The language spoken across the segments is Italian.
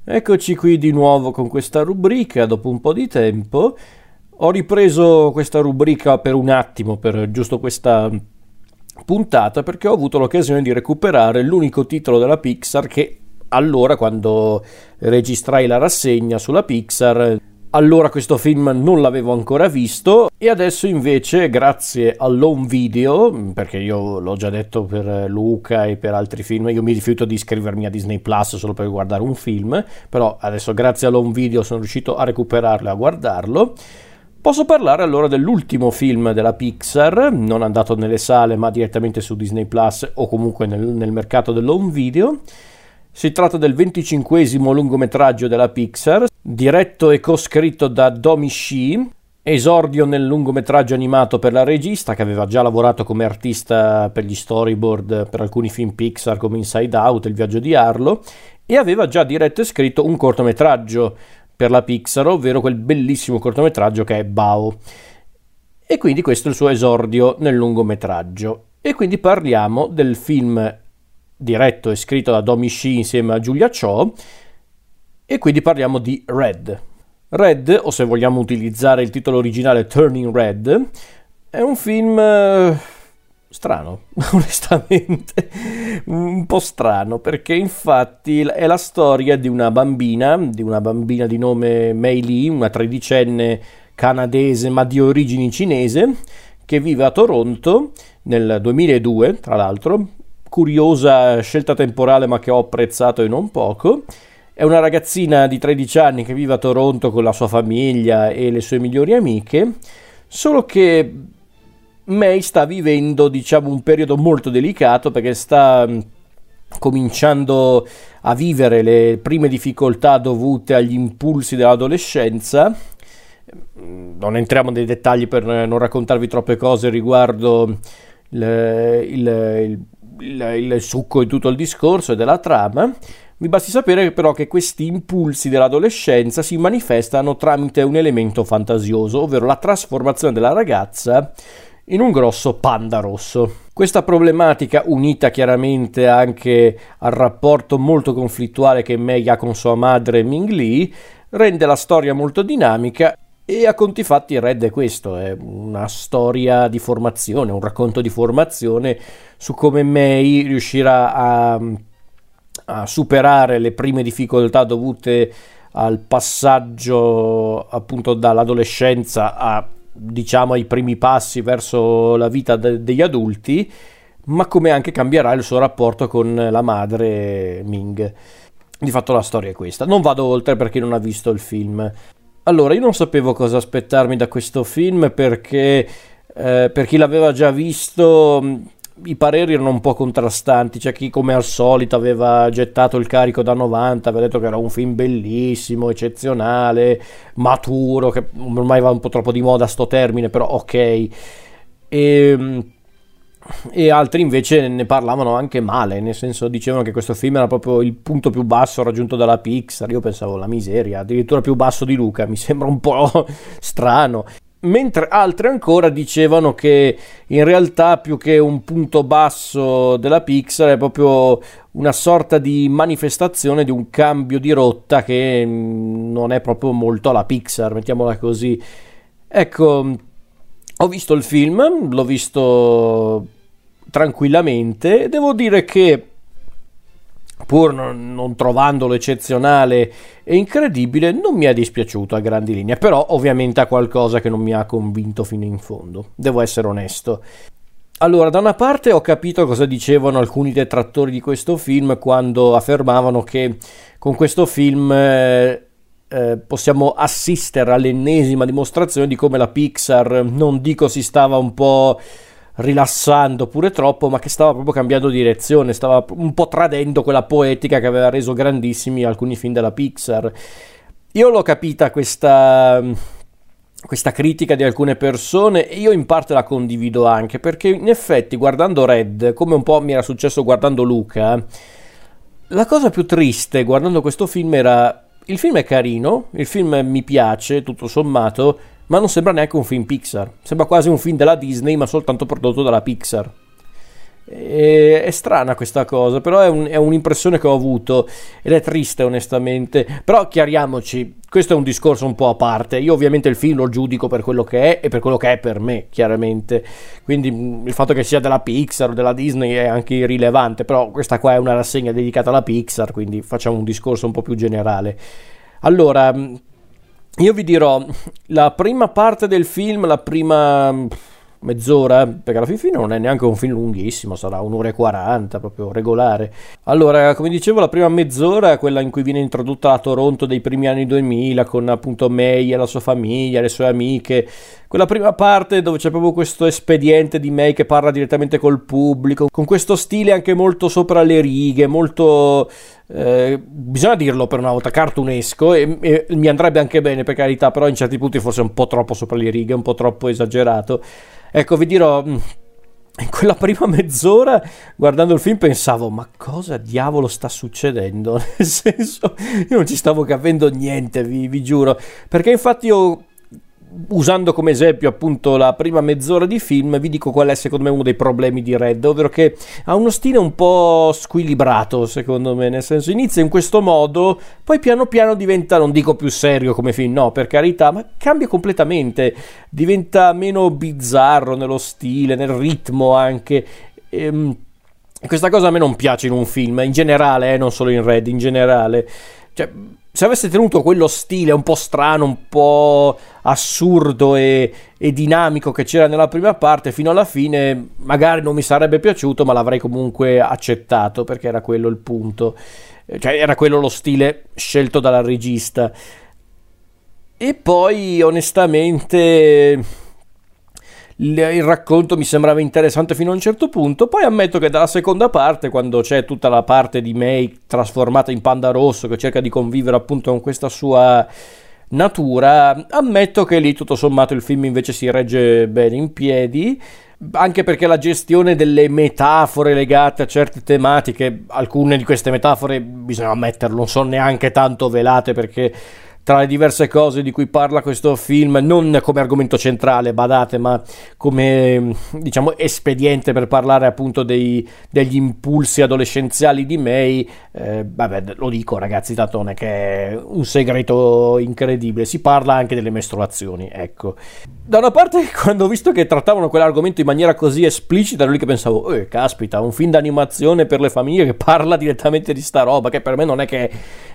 Eccoci qui di nuovo con questa rubrica dopo un po' di tempo. Ho ripreso questa rubrica per un attimo, per giusto questa puntata, perché ho avuto l'occasione di recuperare l'unico titolo della Pixar che allora, quando registrai la rassegna sulla Pixar, allora questo film non l'avevo ancora visto, e adesso invece, grazie all'home video, perché io l'ho già detto per Luca e per altri film, io mi rifiuto di iscrivermi a Disney Plus solo per guardare un film, però adesso grazie all'home video sono riuscito a recuperarlo e a guardarlo. Posso parlare allora dell'ultimo film della Pixar, non andato nelle sale ma direttamente su Disney Plus o comunque nel mercato dell'home video. Si tratta del 25esimo lungometraggio della Pixar, diretto e coscritto da Domee Shi, esordio nel lungometraggio animato per la regista, che aveva già lavorato come artista per gli storyboard per alcuni film Pixar come Inside Out e Il viaggio di Arlo, e aveva già diretto e scritto un cortometraggio per la Pixar, ovvero quel bellissimo cortometraggio che è Bao. E quindi questo è il suo esordio nel lungometraggio. E quindi parliamo del film diretto e scritto da Domee Shi insieme a Julia Cho, e quindi parliamo di Red. Red, o se vogliamo utilizzare il titolo originale Turning Red, è un film strano, onestamente, un po' strano, perché infatti è la storia di una bambina di nome Mei Lee, una tredicenne canadese ma di origini cinese, che vive a Toronto nel 2002, tra l'altro. Curiosa scelta temporale ma che ho apprezzato e non poco. È una ragazzina di 13 anni che vive a Toronto con la sua famiglia e le sue migliori amiche, solo che May sta vivendo, diciamo, un periodo molto delicato, perché sta cominciando a vivere le prime difficoltà dovute agli impulsi dell'adolescenza. Non entriamo nei dettagli per non raccontarvi troppe cose riguardo il succo di tutto il discorso e della trama. Vi basti sapere però che questi impulsi dell'adolescenza si manifestano tramite un elemento fantasioso, ovvero la trasformazione della ragazza in un grosso panda rosso. Questa problematica, unita chiaramente anche al rapporto molto conflittuale che Mei ha con sua madre Ming Lee, rende la storia molto dinamica. E a conti fatti Red è questo, è una storia di formazione, un racconto di formazione su come Mei riuscirà a superare le prime difficoltà dovute al passaggio appunto dall'adolescenza a, diciamo, ai primi passi verso la vita degli adulti, ma come anche cambierà il suo rapporto con la madre Ming. Di fatto la storia è questa. Non vado oltre perché non ha visto il film. Allora, io non sapevo cosa aspettarmi da questo film perché per chi l'aveva già visto i pareri erano un po' contrastanti. C'è chi, come al solito, aveva gettato il carico da 90, aveva detto che era un film bellissimo, eccezionale, maturo, che ormai va un po' troppo di moda sto termine, però ok. E altri invece ne parlavano anche male, nel senso dicevano che questo film era proprio il punto più basso raggiunto dalla Pixar. Io pensavo, la miseria, addirittura più basso di Luca, mi sembra un po' strano. Mentre altri ancora dicevano che in realtà più che un punto basso della Pixar è proprio una sorta di manifestazione di un cambio di rotta che non è proprio molto alla Pixar, mettiamola così. Ecco, ho visto il film, l'ho visto tranquillamente, devo dire che pur non trovandolo eccezionale e incredibile, non mi è dispiaciuto a grandi linee, però ovviamente ha qualcosa che non mi ha convinto fino in fondo, devo essere onesto. Allora, da una parte ho capito cosa dicevano alcuni detrattori di questo film quando affermavano che con questo film possiamo assistere all'ennesima dimostrazione di come la Pixar, non dico si stava un po' rilassando pure troppo, ma che stava proprio cambiando direzione, stava un po' tradendo quella poetica che aveva reso grandissimi alcuni film della Pixar. Io l'ho capita questa critica di alcune persone e io in parte la condivido anche, perché in effetti guardando Red, come un po' mi era successo guardando Luca, la cosa più triste guardando questo film era: il film è carino, il film mi piace tutto sommato, ma non sembra neanche un film Pixar, sembra quasi un film della Disney ma soltanto prodotto dalla Pixar. È strana questa cosa, però è un'impressione che ho avuto ed è triste onestamente. Però chiariamoci, questo è un discorso un po' a parte. Io ovviamente il film lo giudico per quello che è e per quello che è per me, chiaramente. Quindi il fatto che sia della Pixar o della Disney è anche irrilevante, però questa qua è una rassegna dedicata alla Pixar, quindi facciamo un discorso un po' più generale. Allora, io vi dirò, la prima parte del film, la prima mezz'ora, perché alla fine non è neanche un film lunghissimo, sarà un'ora e 40, proprio regolare. Allora, come dicevo, la prima mezz'ora è quella in cui viene introdotta la Toronto dei primi anni 2000, con appunto May e la sua famiglia, le sue amiche. Quella prima parte dove c'è proprio questo espediente di May che parla direttamente col pubblico, con questo stile anche molto sopra le righe, molto... bisogna dirlo per una volta, cartunesco, e mi andrebbe anche bene per carità, però in certi punti forse un po' troppo sopra le righe, un po' troppo esagerato. Ecco, vi dirò, in quella prima mezz'ora guardando il film pensavo, ma cosa diavolo sta succedendo? Nel senso, io non ci stavo capendo niente, vi giuro, perché infatti io, usando come esempio appunto la prima mezz'ora di film, vi dico qual è secondo me uno dei problemi di Red, ovvero che ha uno stile un po' squilibrato secondo me, nel senso inizia in questo modo, poi piano piano diventa, non dico più serio come film, no, per carità, ma cambia completamente, diventa meno bizzarro nello stile, nel ritmo anche. Questa cosa a me non piace in un film, in generale, non solo in Red, in generale. Cioè, se avesse tenuto quello stile un po' strano, un po' assurdo e dinamico che c'era nella prima parte fino alla fine, magari non mi sarebbe piaciuto, ma l'avrei comunque accettato, perché era quello il punto, cioè era quello lo stile scelto dalla regista. E poi onestamente il racconto mi sembrava interessante fino a un certo punto, poi ammetto che dalla seconda parte, quando c'è tutta la parte di May trasformata in panda rosso che cerca di convivere appunto con questa sua natura, ammetto che lì tutto sommato il film invece si regge bene in piedi, anche perché la gestione delle metafore legate a certe tematiche, alcune di queste metafore, bisogna ammetterlo, non sono neanche tanto velate, perché tra le diverse cose di cui parla questo film, non come argomento centrale, badate, ma come, diciamo, espediente per parlare appunto degli impulsi adolescenziali di May, vabbè, lo dico ragazzi, tanto non è che è un segreto incredibile, si parla anche delle mestruazioni, ecco. Da una parte, quando ho visto che trattavano quell'argomento in maniera così esplicita, ero lì che pensavo, caspita, un film d'animazione per le famiglie che parla direttamente di sta roba, che per me non è che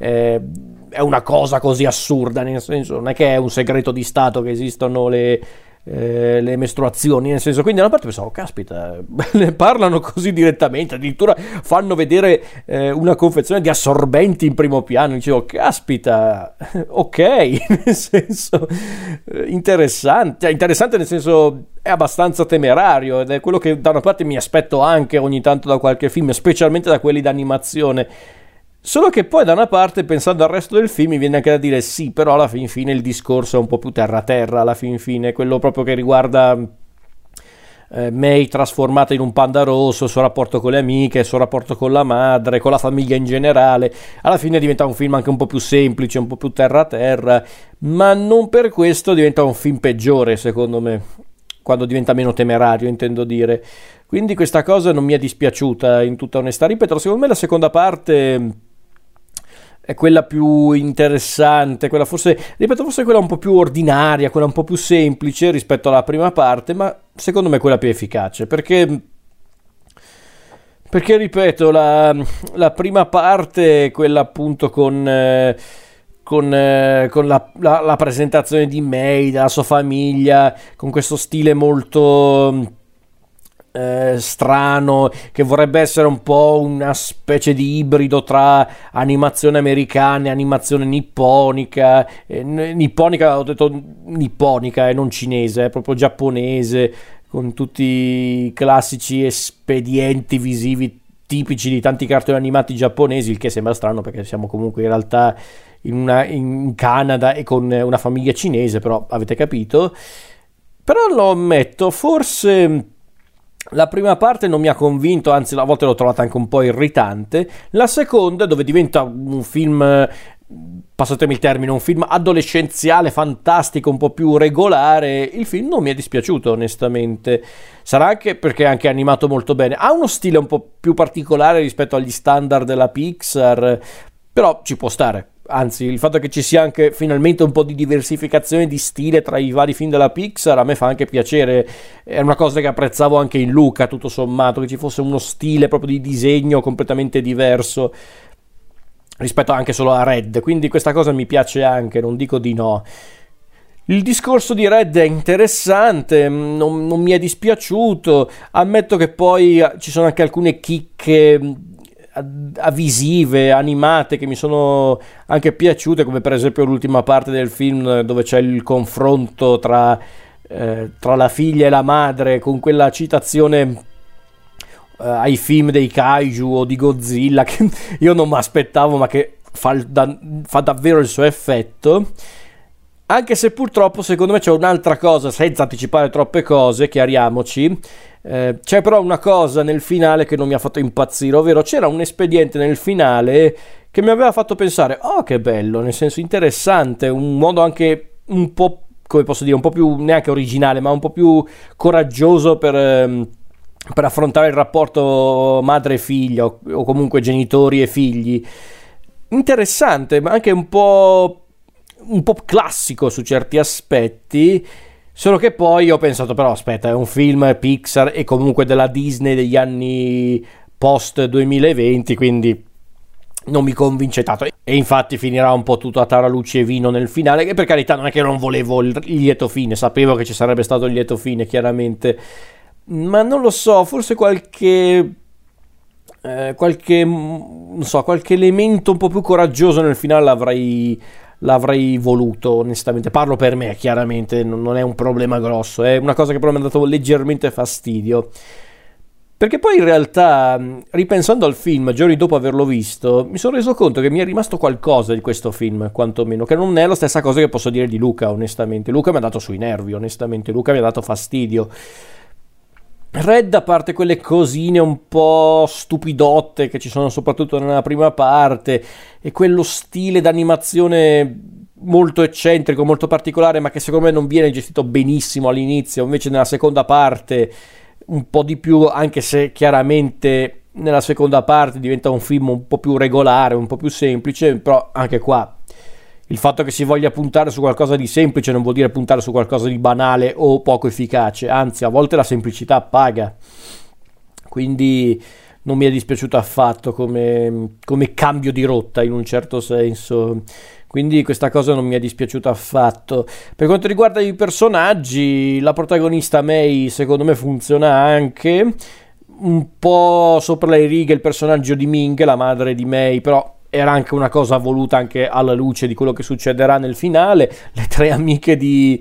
è una cosa così assurda, nel senso, non è che è un segreto di Stato che esistono le mestruazioni, nel senso, quindi da una parte pensavo, caspita, ne parlano così direttamente, addirittura fanno vedere una confezione di assorbenti in primo piano, dicevo, caspita, ok, nel senso, interessante nel senso, è abbastanza temerario, ed è quello che da una parte mi aspetto anche ogni tanto da qualche film, specialmente da quelli d'animazione. Solo che poi da una parte, pensando al resto del film, mi viene anche da dire sì, però alla fin fine il discorso è un po' più terra-terra, alla fin fine, quello proprio che riguarda May trasformata in un panda rosso, il suo rapporto con le amiche, il suo rapporto con la madre, con la famiglia in generale. Alla fine diventa un film anche un po' più semplice, un po' più terra-terra, ma non per questo diventa un film peggiore, secondo me, quando diventa meno temerario, intendo dire. Quindi questa cosa non mi è dispiaciuta, in tutta onestà. Ripeto, secondo me la seconda parte è quella più interessante, quella forse quella un po' più ordinaria, quella un po' più semplice rispetto alla prima parte, ma secondo me è quella più efficace, perché ripeto, la prima parte, quella appunto con la presentazione di May, della sua famiglia, con questo stile molto strano, che vorrebbe essere un po' una specie di ibrido tra animazione americana e animazione nipponica. Nipponica, ho detto nipponica e non cinese, è proprio giapponese, con tutti i classici espedienti visivi tipici di tanti cartoni animati giapponesi, il che sembra strano perché siamo comunque in realtà in Canada e con una famiglia cinese, però avete capito. Però lo ammetto, forse la prima parte non mi ha convinto, anzi a volte l'ho trovata anche un po' irritante. La seconda, dove diventa un film passatemi il termine, un film adolescenziale, fantastico, un po' più regolare, il film non mi è dispiaciuto onestamente. Sarà anche perché è anche animato molto bene, ha uno stile un po' più particolare rispetto agli standard della Pixar, però ci può stare. Anzi, il fatto che ci sia anche finalmente un po' di diversificazione di stile tra i vari film della Pixar a me fa anche piacere. È una cosa che apprezzavo anche in Luca, tutto sommato, che ci fosse uno stile proprio di disegno completamente diverso rispetto anche solo a Red, quindi questa cosa mi piace anche, non dico di no. Il discorso di Red è interessante, non mi è dispiaciuto, ammetto che poi ci sono anche alcune chicche visive, animate, che mi sono anche piaciute, come per esempio l'ultima parte del film dove c'è il confronto tra la figlia e la madre, con quella citazione ai film dei kaiju o di Godzilla che io non mi aspettavo, ma che fa davvero il suo effetto. Anche se purtroppo secondo me c'è un'altra cosa, senza anticipare troppe cose, chiariamoci, c'è però una cosa nel finale che non mi ha fatto impazzire, ovvero c'era un espediente nel finale che mi aveva fatto pensare, oh che bello, nel senso interessante, un modo anche un po', come posso dire, un po' più neanche originale, ma un po' più coraggioso per affrontare il rapporto madre e figlia o comunque genitori e figli. Interessante, ma anche un po' classico su certi aspetti, solo che poi ho pensato, però aspetta, è un film Pixar e comunque della Disney degli anni post 2020, quindi non mi convince tanto, e infatti finirà un po' tutto a taraluci e vino nel finale, che per carità non è che non volevo il lieto fine, sapevo che ci sarebbe stato il lieto fine chiaramente, ma non lo so, forse qualche non so, qualche elemento un po' più coraggioso nel finale l'avrei voluto, onestamente. Parlo per me, chiaramente, non è un problema grosso, è una cosa che però mi ha dato leggermente fastidio. Perché poi in realtà, ripensando al film, giorni dopo averlo visto, mi sono reso conto che mi è rimasto qualcosa di questo film, quantomeno, che non è la stessa cosa che posso dire di Luca, onestamente. Luca mi ha dato sui nervi, onestamente, Luca mi ha dato fastidio. Red, a parte quelle cosine un po' stupidotte che ci sono soprattutto nella prima parte, e quello stile d'animazione molto eccentrico, molto particolare, ma che secondo me non viene gestito benissimo all'inizio, invece nella seconda parte un po' di più, anche se chiaramente nella seconda parte diventa un film un po' più regolare, un po' più semplice, però anche qua il fatto che si voglia puntare su qualcosa di semplice non vuol dire puntare su qualcosa di banale o poco efficace, anzi a volte la semplicità paga, quindi non mi è dispiaciuto affatto come cambio di rotta in un certo senso, quindi questa cosa non mi è dispiaciuta affatto. Per quanto riguarda i personaggi, la protagonista May secondo me funziona anche un po' sopra le righe il personaggio di Ming, la madre di May, però era anche una cosa voluta anche alla luce di quello che succederà nel finale. Le tre amiche di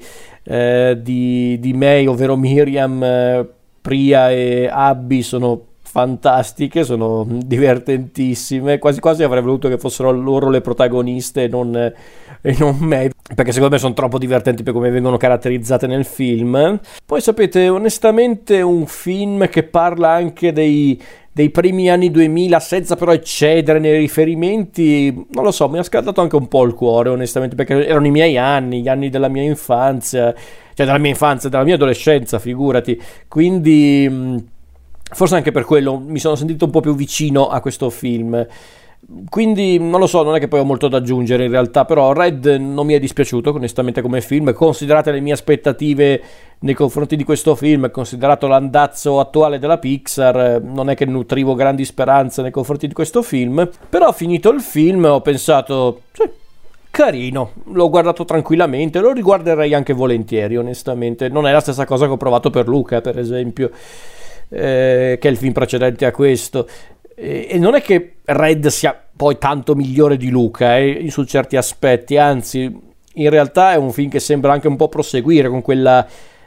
May, ovvero Miriam, Priya e Abby, sono fantastiche, sono divertentissime, quasi quasi avrei voluto che fossero loro le protagoniste e non May, perché secondo me sono troppo divertenti per come vengono caratterizzate nel film. Poi sapete, onestamente un film che parla anche dei primi anni 2000 senza però eccedere nei riferimenti, non lo so, mi ha scaldato anche un po' il cuore onestamente, perché erano i miei anni, gli anni della mia infanzia, cioè della mia infanzia, della mia adolescenza, figurati, quindi forse anche per quello mi sono sentito un po' più vicino a questo film. Quindi non lo so, non è che poi ho molto da aggiungere in realtà, però Red non mi è dispiaciuto onestamente come film, considerate le mie aspettative nei confronti di questo film, considerato l'andazzo attuale della Pixar, non è che nutrivo grandi speranze nei confronti di questo film, però finito il film ho pensato, sì, carino, l'ho guardato tranquillamente, lo riguarderei anche volentieri onestamente, non è la stessa cosa che ho provato per Luca per esempio, che è il film precedente a questo. E non è che Red sia poi tanto migliore di Luca su certi aspetti, anzi in realtà è un film che sembra anche un po' proseguire con quella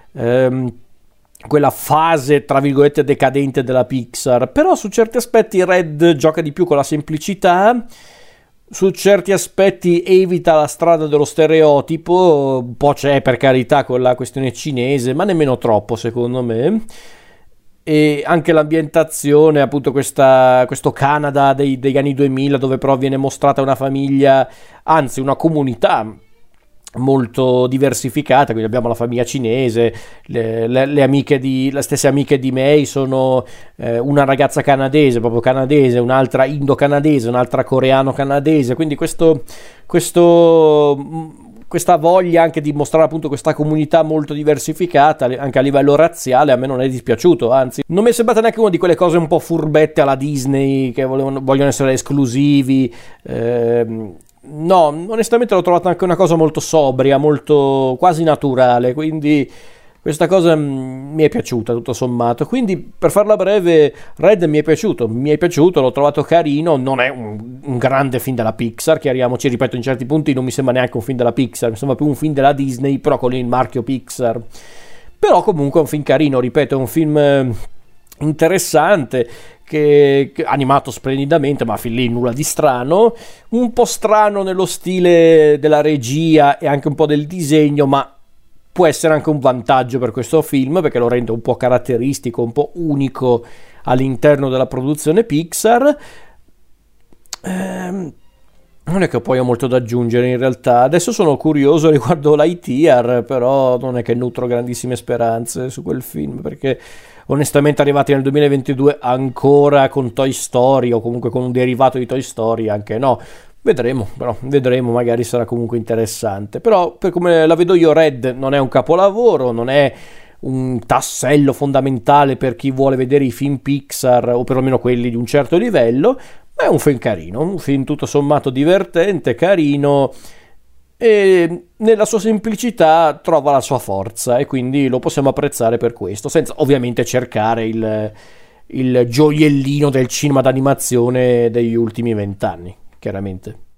fase tra virgolette decadente della Pixar, però su certi aspetti Red gioca di più con la semplicità, su certi aspetti evita la strada dello stereotipo, un po' c'è per carità con la questione cinese, ma nemmeno troppo secondo me. e anche l'ambientazione, appunto questo Canada degli anni 2000, dove però viene mostrata una famiglia, anzi una comunità molto diversificata. Quindi abbiamo la famiglia cinese, le stesse amiche di May sono una ragazza canadese, proprio canadese, un'altra indo-canadese, un'altra coreano-canadese, quindi questa voglia anche di mostrare appunto questa comunità molto diversificata anche a livello razziale a me non è dispiaciuto, anzi non mi è sembrata neanche una di quelle cose un po' furbette alla Disney che vogliono essere esclusivi. No, onestamente l'ho trovata anche una cosa molto sobria, molto quasi naturale, quindi questa cosa mi è piaciuta tutto sommato. Quindi per farla breve, Red mi è piaciuto, l'ho trovato carino, non è un grande film della Pixar, chiariamoci, ripeto, in certi punti non mi sembra neanche un film della Pixar, mi sembra più un film della Disney, però con il marchio Pixar. Però comunque è un film carino, ripeto, è un film interessante, che animato splendidamente, ma fin lì nulla di strano, un po' strano nello stile della regia e anche un po' del disegno, ma può essere anche un vantaggio per questo film perché lo rende un po' caratteristico, un po' unico all'interno della produzione Pixar. Non è che poi ho molto da aggiungere in realtà. Adesso sono curioso riguardo Lightyear, però non è che nutro grandissime speranze su quel film, perché onestamente arrivati nel 2022 ancora con Toy Story o comunque con un derivato di Toy Story, anche no. Vedremo, magari sarà comunque interessante. Però per come la vedo io, Red non è un capolavoro, non è un tassello fondamentale per chi vuole vedere i film Pixar o perlomeno quelli di un certo livello, ma è un film carino, un film tutto sommato divertente, carino, e nella sua semplicità trova la sua forza e quindi lo possiamo apprezzare per questo, senza ovviamente cercare il gioiellino del cinema d'animazione degli ultimi 20 anni, chiaramente.